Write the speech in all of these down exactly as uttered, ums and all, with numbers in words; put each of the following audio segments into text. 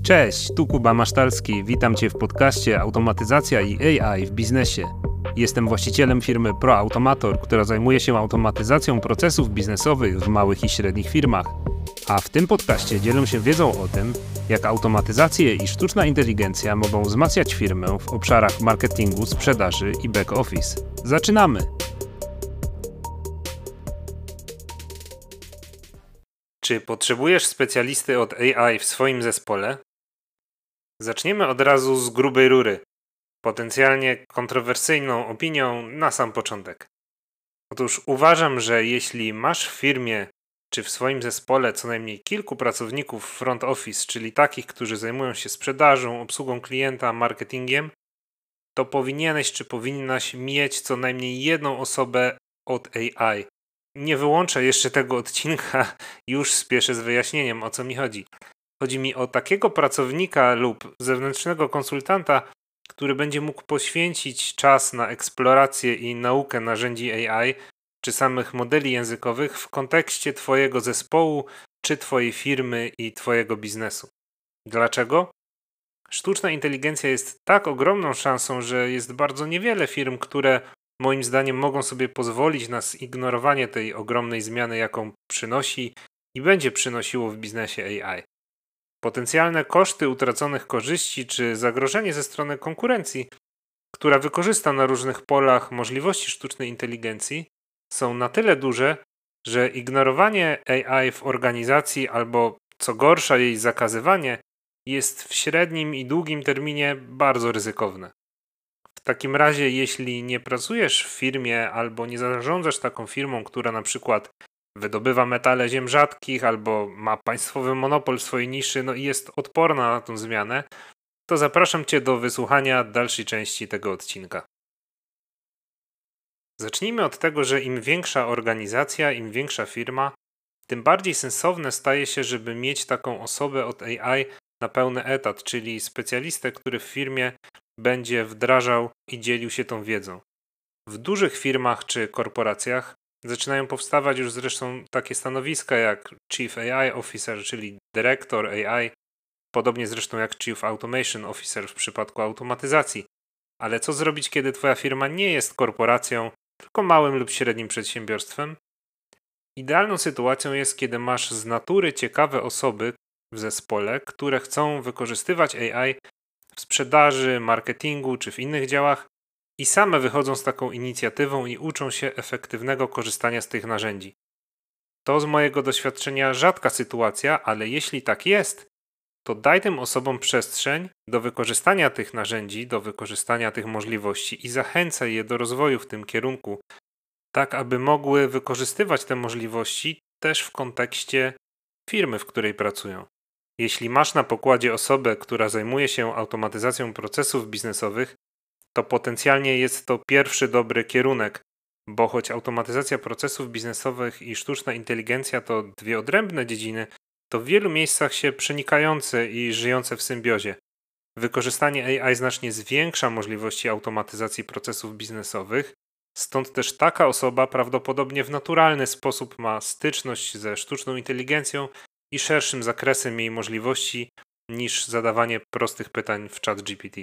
Cześć, tu Kuba Masztalski. Witam Cię w podcaście Automatyzacja i A I w biznesie. Jestem właścicielem firmy ProAutomator, która zajmuje się automatyzacją procesów biznesowych w małych i średnich firmach. A w tym podcaście dzielę się wiedzą o tym, jak automatyzacje i sztuczna inteligencja mogą wzmacniać firmę w obszarach marketingu, sprzedaży i back office. Zaczynamy! Czy potrzebujesz specjalisty od A I w swoim zespole? Zaczniemy od razu z grubej rury, potencjalnie kontrowersyjną opinią na sam początek. Otóż uważam, że jeśli masz w firmie czy w swoim zespole co najmniej kilku pracowników front office, czyli takich, którzy zajmują się sprzedażą, obsługą klienta, marketingiem, to powinieneś czy powinnaś mieć co najmniej jedną osobę od A I. Nie wyłączę jeszcze tego odcinka, już spieszę z wyjaśnieniem, o co mi chodzi. Chodzi mi o takiego pracownika lub zewnętrznego konsultanta, który będzie mógł poświęcić czas na eksplorację i naukę narzędzi A I czy samych modeli językowych w kontekście Twojego zespołu czy Twojej firmy i Twojego biznesu. Dlaczego? Sztuczna inteligencja jest tak ogromną szansą, że jest bardzo niewiele firm, które moim zdaniem mogą sobie pozwolić na zignorowanie tej ogromnej zmiany, jaką przynosi i będzie przynosiło w biznesie A I. Potencjalne koszty utraconych korzyści czy zagrożenie ze strony konkurencji, która wykorzysta na różnych polach możliwości sztucznej inteligencji, są na tyle duże, że ignorowanie A I w organizacji albo, co gorsza, jej zakazywanie jest w średnim i długim terminie bardzo ryzykowne. W takim razie, jeśli nie pracujesz w firmie albo nie zarządzasz taką firmą, która na przykład wydobywa metale ziem rzadkich albo ma państwowy monopol w swojej niszy, no i jest odporna na tą zmianę, to zapraszam Cię do wysłuchania dalszej części tego odcinka. Zacznijmy od tego, że im większa organizacja, im większa firma, tym bardziej sensowne staje się, żeby mieć taką osobę od A I na pełny etat, czyli specjalistę, który w firmie będzie wdrażał i dzielił się tą wiedzą. W dużych firmach czy korporacjach zaczynają powstawać już zresztą takie stanowiska jak Chief A I Officer, czyli dyrektor A I, podobnie zresztą jak Chief Automation Officer w przypadku automatyzacji. Ale co zrobić, kiedy Twoja firma nie jest korporacją, tylko małym lub średnim przedsiębiorstwem? Idealną sytuacją jest, kiedy masz z natury ciekawe osoby w zespole, które chcą wykorzystywać A I w sprzedaży, marketingu czy w innych działach i same wychodzą z taką inicjatywą i uczą się efektywnego korzystania z tych narzędzi. To z mojego doświadczenia rzadka sytuacja, ale jeśli tak jest, to daj tym osobom przestrzeń do wykorzystania tych narzędzi, do wykorzystania tych możliwości i zachęcaj je do rozwoju w tym kierunku, tak aby mogły wykorzystywać te możliwości też w kontekście firmy, w której pracują. Jeśli masz na pokładzie osobę, która zajmuje się automatyzacją procesów biznesowych, to potencjalnie jest to pierwszy dobry kierunek, bo choć automatyzacja procesów biznesowych i sztuczna inteligencja to dwie odrębne dziedziny, to w wielu miejscach się przenikające i żyjące w symbiozie. Wykorzystanie A I znacznie zwiększa możliwości automatyzacji procesów biznesowych, stąd też taka osoba prawdopodobnie w naturalny sposób ma styczność ze sztuczną inteligencją i szerszym zakresem jej możliwości niż zadawanie prostych pytań w ChatGPT.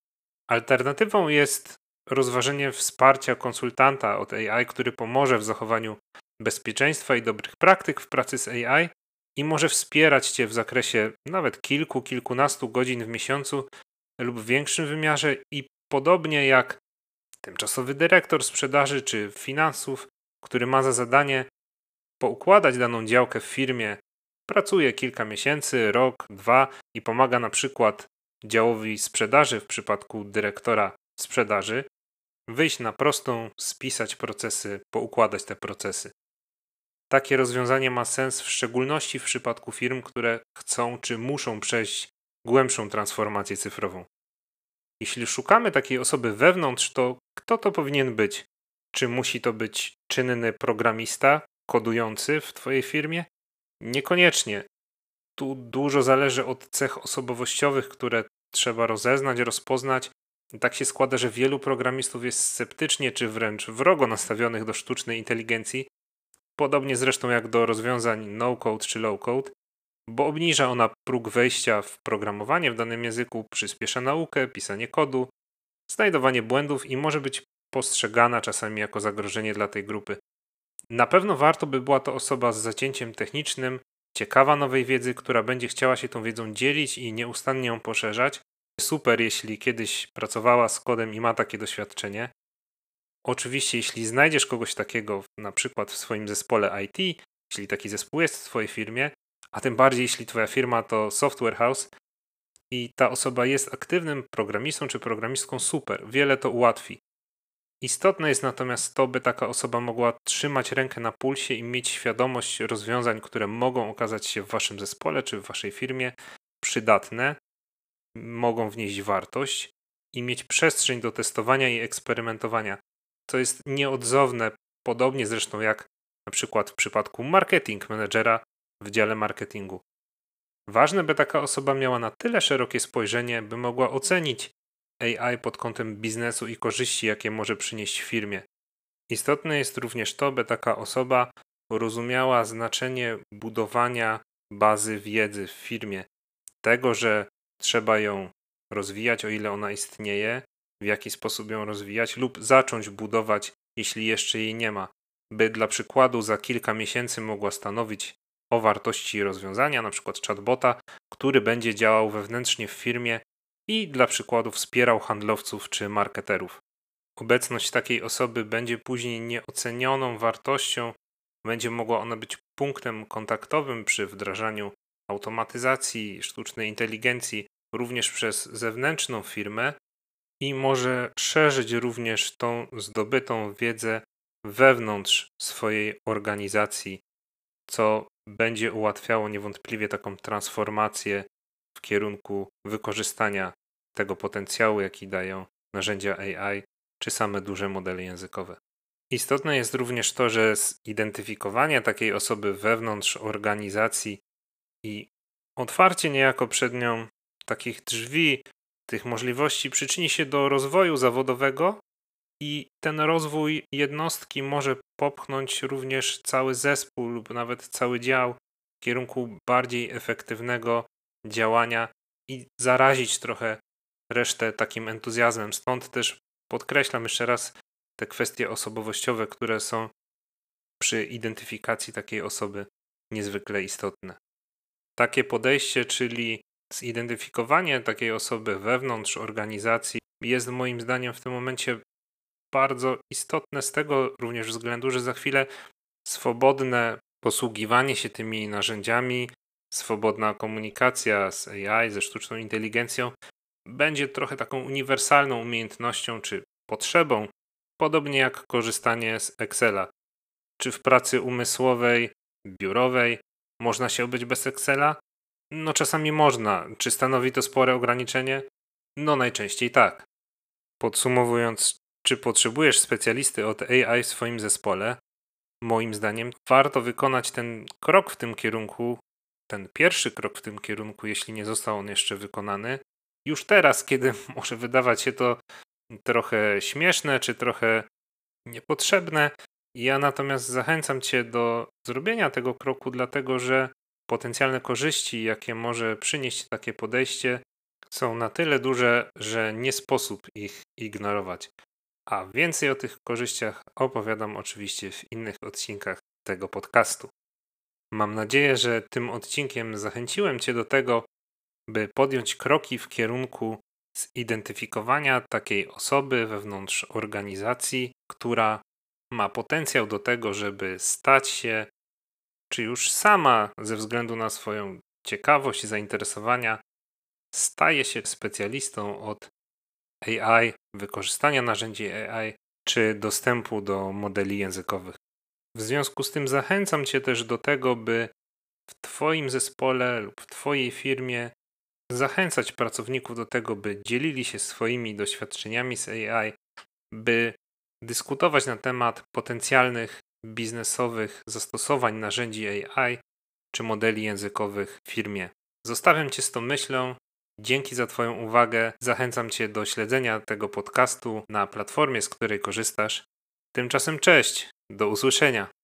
Alternatywą jest rozważenie wsparcia konsultanta od A I, który pomoże w zachowaniu bezpieczeństwa i dobrych praktyk w pracy z A I i może wspierać Cię w zakresie nawet kilku, kilkunastu godzin w miesiącu lub w większym wymiarze i podobnie jak tymczasowy dyrektor sprzedaży czy finansów, który ma za zadanie poukładać daną działkę w firmie, pracuje kilka miesięcy, rok, dwa i pomaga na przykład działowi sprzedaży w przypadku dyrektora sprzedaży wyjść na prostą, spisać procesy, poukładać te procesy. Takie rozwiązanie ma sens w szczególności w przypadku firm, które chcą czy muszą przejść głębszą transformację cyfrową. Jeśli szukamy takiej osoby wewnątrz, to kto to powinien być? Czy musi to być czynny programista kodujący w Twojej firmie? Niekoniecznie. Tu dużo zależy od cech osobowościowych, które trzeba rozeznać, rozpoznać. I tak się składa, że wielu programistów jest sceptycznie czy wręcz wrogo nastawionych do sztucznej inteligencji, podobnie zresztą jak do rozwiązań no-code czy low-code. bo obniża ona próg wejścia w programowanie w danym języku, przyspiesza naukę, pisanie kodu, znajdowanie błędów i może być postrzegana czasami jako zagrożenie dla tej grupy. Na pewno warto by była to osoba z zacięciem technicznym, ciekawa nowej wiedzy, która będzie chciała się tą wiedzą dzielić i nieustannie ją poszerzać. Super, jeśli kiedyś pracowała z kodem i ma takie doświadczenie. Oczywiście, jeśli znajdziesz kogoś takiego, na przykład w swoim zespole I T, jeśli taki zespół jest w twojej firmie, a tym bardziej jeśli twoja firma to software house i ta osoba jest aktywnym programistą czy programistką, super, wiele to ułatwi. Istotne jest natomiast to, by taka osoba mogła trzymać rękę na pulsie i mieć świadomość rozwiązań, które mogą okazać się w waszym zespole czy w waszej firmie przydatne, mogą wnieść wartość i mieć przestrzeń do testowania i eksperymentowania, co jest nieodzowne, podobnie zresztą jak na przykład w przypadku marketing managera w dziale marketingu. Ważne, by taka osoba miała na tyle szerokie spojrzenie, by mogła ocenić A I pod kątem biznesu i korzyści, jakie może przynieść firmie. Istotne jest również to, by taka osoba rozumiała znaczenie budowania bazy wiedzy w firmie, tego, że trzeba ją rozwijać, o ile ona istnieje, w jaki sposób ją rozwijać lub zacząć budować, jeśli jeszcze jej nie ma, by dla przykładu za kilka miesięcy mogła stanowić o wartości rozwiązania, na przykład chatbota, który będzie działał wewnętrznie w firmie i dla przykładu wspierał handlowców czy marketerów. Obecność takiej osoby będzie później nieocenioną wartością, będzie mogła ona być punktem kontaktowym przy wdrażaniu automatyzacji, sztucznej inteligencji, również przez zewnętrzną firmę i może szerzyć również tą zdobytą wiedzę wewnątrz swojej organizacji, co będzie ułatwiało niewątpliwie taką transformację w kierunku wykorzystania tego potencjału, jaki dają narzędzia A I czy same duże modele językowe. Istotne jest również to, że zidentyfikowanie takiej osoby wewnątrz organizacji i otwarcie niejako przed nią takich drzwi, tych możliwości przyczyni się do rozwoju zawodowego i ten rozwój jednostki może popchnąć również cały zespół lub nawet cały dział w kierunku bardziej efektywnego działania i zarazić trochę resztę takim entuzjazmem. Stąd też podkreślam jeszcze raz te kwestie osobowościowe, które są przy identyfikacji takiej osoby niezwykle istotne. Takie podejście, czyli zidentyfikowanie takiej osoby wewnątrz organizacji, jest moim zdaniem w tym momencie bardzo istotne z tego również względu, że za chwilę swobodne posługiwanie się tymi narzędziami, swobodna komunikacja z A I, ze sztuczną inteligencją będzie trochę taką uniwersalną umiejętnością czy potrzebą, podobnie jak korzystanie z Excela. Czy w pracy umysłowej, biurowej można się obyć bez Excela? No czasami można. Czy stanowi to spore ograniczenie? No najczęściej tak. Podsumowując, czy potrzebujesz specjalisty od A I w swoim zespole? Moim zdaniem warto wykonać ten krok w tym kierunku, ten pierwszy krok w tym kierunku, jeśli nie został on jeszcze wykonany, już teraz, kiedy może wydawać się to trochę śmieszne, czy trochę niepotrzebne. Ja natomiast zachęcam Cię do zrobienia tego kroku, dlatego że potencjalne korzyści, jakie może przynieść takie podejście, są na tyle duże, że nie sposób ich ignorować. A więcej o tych korzyściach opowiadam oczywiście w innych odcinkach tego podcastu. Mam nadzieję, że tym odcinkiem zachęciłem Cię do tego, by podjąć kroki w kierunku zidentyfikowania takiej osoby wewnątrz organizacji, która ma potencjał do tego, żeby stać się, czy już sama ze względu na swoją ciekawość i zainteresowania, staje się specjalistą od A I, wykorzystania narzędzi A I, czy dostępu do modeli językowych. W związku z tym zachęcam Cię też do tego, by w Twoim zespole lub w Twojej firmie zachęcać pracowników do tego, by dzielili się swoimi doświadczeniami z A I, by dyskutować na temat potencjalnych biznesowych zastosowań narzędzi A I czy modeli językowych w firmie. Zostawiam Cię z tą myślą. Dzięki za Twoją uwagę. Zachęcam Cię do śledzenia tego podcastu na platformie, z której korzystasz. Tymczasem cześć, do usłyszenia.